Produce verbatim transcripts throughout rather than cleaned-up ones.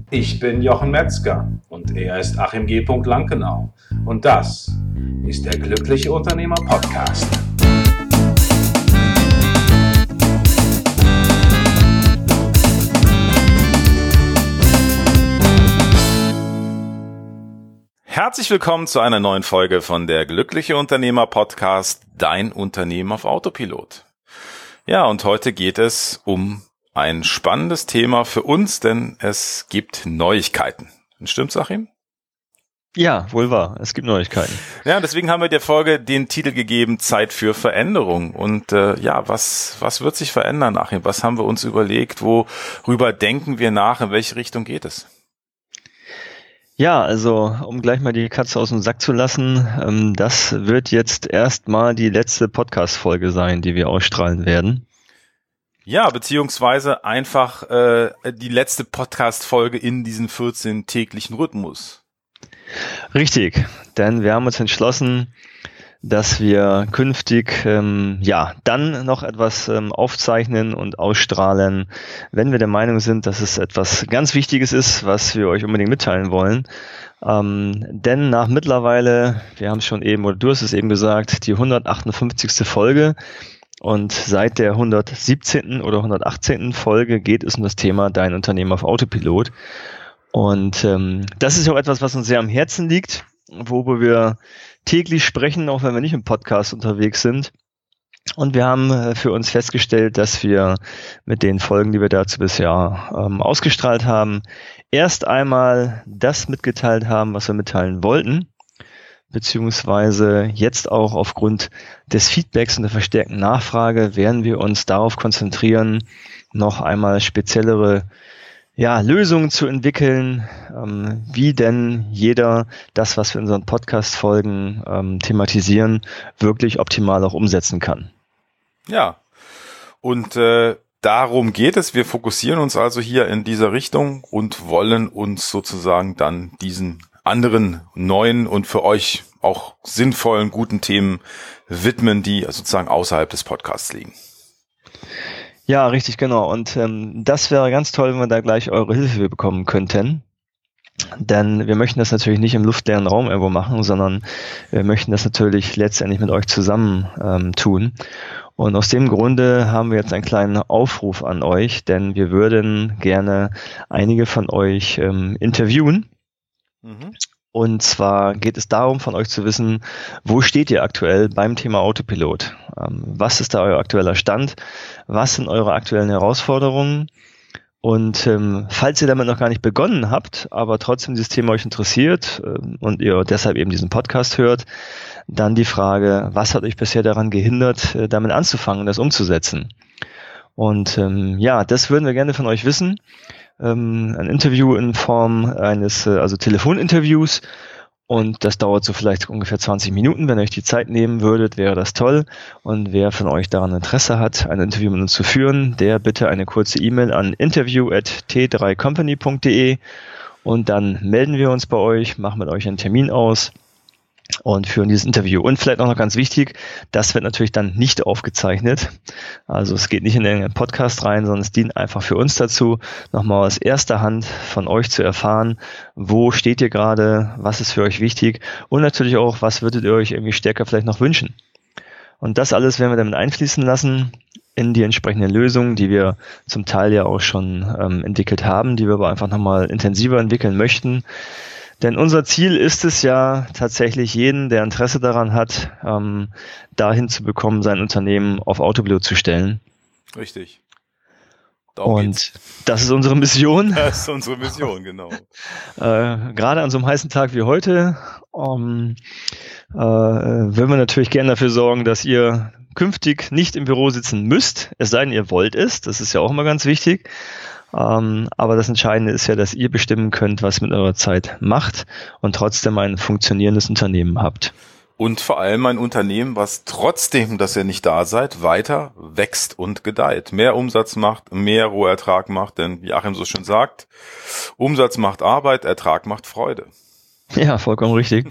Ich bin Jochen Metzger und er ist Achim G. Lankenau. Und das ist der Glückliche Unternehmer Podcast. Herzlich willkommen zu einer neuen Folge von der Glückliche Unternehmer Podcast, dein Unternehmen auf Autopilot. Ja, und heute geht es um ein spannendes Thema für uns, denn es gibt Neuigkeiten. Stimmt's, Achim? Ja, wohl wahr. Es gibt Neuigkeiten. Ja, deswegen haben wir der Folge den Titel gegeben, Zeit für Veränderung. Und äh, ja, was was wird sich verändern, Achim? Was haben wir uns überlegt? Worüber denken wir nach? In welche Richtung geht es? Ja, also um gleich mal die Katze aus dem Sack zu lassen, ähm, das wird jetzt erstmal die letzte Podcast-Folge sein, die wir ausstrahlen werden. Ja, beziehungsweise einfach äh, die letzte Podcast-Folge in diesem vierzehn täglichen Rhythmus. Richtig, denn wir haben uns entschlossen, dass wir künftig ähm, ja dann noch etwas ähm, aufzeichnen und ausstrahlen, wenn wir der Meinung sind, dass es etwas ganz Wichtiges ist, was wir euch unbedingt mitteilen wollen. Ähm, denn nach mittlerweile, wir haben es schon eben, oder du hast es eben gesagt, die hundertachtundfünfzigste Folge. Und seit der hundertsiebzehnten oder hundertachtzehnten Folge geht es um das Thema Dein Unternehmen auf Autopilot. Und ähm, das ist ja auch etwas, was uns sehr am Herzen liegt, worüber wir täglich sprechen, auch wenn wir nicht im Podcast unterwegs sind. Und wir haben äh, für uns festgestellt, dass wir mit den Folgen, die wir dazu bisher ähm, ausgestrahlt haben, erst einmal das mitgeteilt haben, was wir mitteilen wollten, beziehungsweise jetzt auch aufgrund des Feedbacks und der verstärkten Nachfrage werden wir uns darauf konzentrieren, noch einmal speziellere ja, Lösungen zu entwickeln, ähm, wie denn jeder das, was wir in unseren Podcast-Folgen ähm, thematisieren, wirklich optimal auch umsetzen kann. Ja, und äh, darum geht es. Wir fokussieren uns also hier in dieser Richtung und wollen uns sozusagen dann diesen anderen neuen und für euch auch sinnvollen, guten Themen widmen, die sozusagen außerhalb des Podcasts liegen. Ja, richtig, genau. Und ähm, das wäre ganz toll, wenn wir da gleich eure Hilfe bekommen könnten. Denn wir möchten das natürlich nicht im luftleeren Raum irgendwo machen, sondern wir möchten das natürlich letztendlich mit euch zusammen ähm, tun. Und aus dem Grunde haben wir jetzt einen kleinen Aufruf an euch, denn wir würden gerne einige von euch ähm, interviewen. Mhm. Und zwar geht es darum, von euch zu wissen, wo steht ihr aktuell beim Thema Autopilot? Ähm, was ist da euer aktueller Stand? Was sind eure aktuellen Herausforderungen? Und ähm, falls ihr damit noch gar nicht begonnen habt, aber trotzdem dieses Thema euch interessiert ähm, und ihr deshalb eben diesen Podcast hört, dann die Frage, was hat euch bisher daran gehindert, äh, damit anzufangen und das umzusetzen? Und ähm, ja, das würden wir gerne von euch wissen. Ähm, ein Interview in Form eines, äh, also Telefoninterviews. Und das dauert so vielleicht ungefähr zwanzig Minuten. Wenn ihr euch die Zeit nehmen würdet, wäre das toll. Und wer von euch daran Interesse hat, ein Interview mit uns zu führen, der bitte eine kurze E-Mail an interview at t drei company punkt de und dann melden wir uns bei euch, machen mit euch einen Termin aus und führen dieses Interview. Und vielleicht auch noch ganz wichtig, das wird natürlich dann nicht aufgezeichnet. Also es geht nicht in den Podcast rein, sondern es dient einfach für uns dazu, nochmal aus erster Hand von euch zu erfahren, wo steht ihr gerade, was ist für euch wichtig und natürlich auch, was würdet ihr euch irgendwie stärker vielleicht noch wünschen. Und das alles werden wir damit einfließen lassen in die entsprechenden Lösungen, die wir zum Teil ja auch schon ähm, entwickelt haben, die wir aber einfach nochmal intensiver entwickeln möchten. Denn unser Ziel ist es ja tatsächlich, jeden, der Interesse daran hat, ähm, dahin zu bekommen, sein Unternehmen auf Autopilot zu stellen. Richtig. Darum Und geht's. Das ist unsere Mission. Das ist unsere Mission, genau. äh, gerade an so einem heißen Tag wie heute ähm, äh, würden wir natürlich gerne dafür sorgen, dass ihr künftig nicht im Büro sitzen müsst, es sei denn, ihr wollt es. Das ist ja auch immer ganz wichtig. Ähm, aber das Entscheidende ist ja, dass ihr bestimmen könnt, was ihr mit eurer Zeit macht und trotzdem ein funktionierendes Unternehmen habt. Und vor allem ein Unternehmen, was trotzdem, dass ihr nicht da seid, weiter wächst und gedeiht. Mehr Umsatz macht, mehr Rohertrag macht, denn wie Achim so schön sagt, Umsatz macht Arbeit, Ertrag macht Freude. Ja, vollkommen richtig.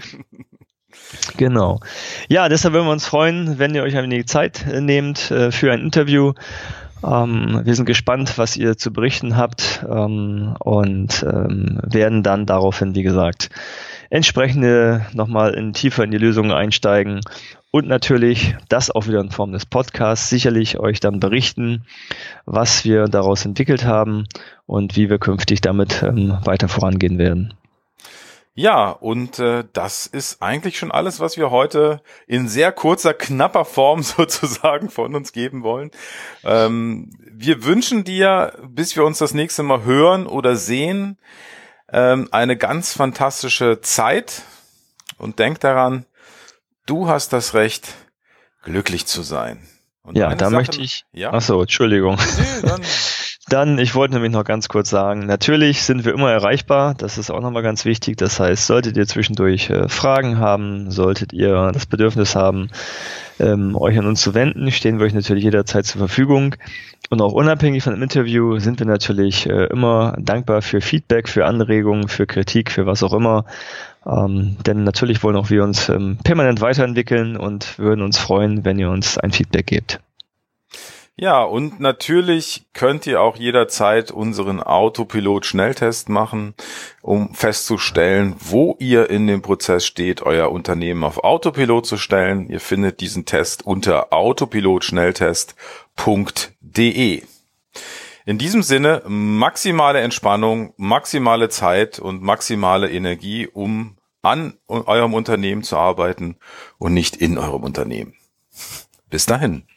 Genau. Ja, deshalb würden wir uns freuen, wenn ihr euch ein wenig Zeit nehmt äh, für ein Interview. Ähm, wir sind gespannt, was ihr zu berichten habt ähm, und ähm, werden dann daraufhin, wie gesagt, entsprechende nochmal in tiefer in die Lösungen einsteigen und natürlich das auch wieder in Form des Podcasts sicherlich euch dann berichten, was wir daraus entwickelt haben und wie wir künftig damit ähm, weiter vorangehen werden. Ja, und äh, das ist eigentlich schon alles, was wir heute in sehr kurzer, knapper Form sozusagen von uns geben wollen. Ähm, wir wünschen dir, bis wir uns das nächste Mal hören oder sehen, ähm, eine ganz fantastische Zeit. Und denk daran, du hast das Recht, glücklich zu sein. Und ja, da Sache, möchte ich... Ja? Ach so, Entschuldigung. Nee, dann... Dann, ich wollte nämlich noch ganz kurz sagen, natürlich sind wir immer erreichbar, das ist auch nochmal ganz wichtig, das heißt, solltet ihr zwischendurch äh, Fragen haben, solltet ihr das Bedürfnis haben, ähm, euch an uns zu wenden, stehen wir euch natürlich jederzeit zur Verfügung und auch unabhängig von dem Interview sind wir natürlich äh, immer dankbar für Feedback, für Anregungen, für Kritik, für was auch immer, ähm, denn natürlich wollen auch wir uns ähm, permanent weiterentwickeln und würden uns freuen, wenn ihr uns ein Feedback gebt. Ja, und natürlich könnt ihr auch jederzeit unseren Autopilot-Schnelltest machen, um festzustellen, wo ihr in dem Prozess steht, euer Unternehmen auf Autopilot zu stellen. Ihr findet diesen Test unter autopilotschnelltest punkt de. In diesem Sinne maximale Entspannung, maximale Zeit und maximale Energie, um an eurem Unternehmen zu arbeiten und nicht in eurem Unternehmen. Bis dahin.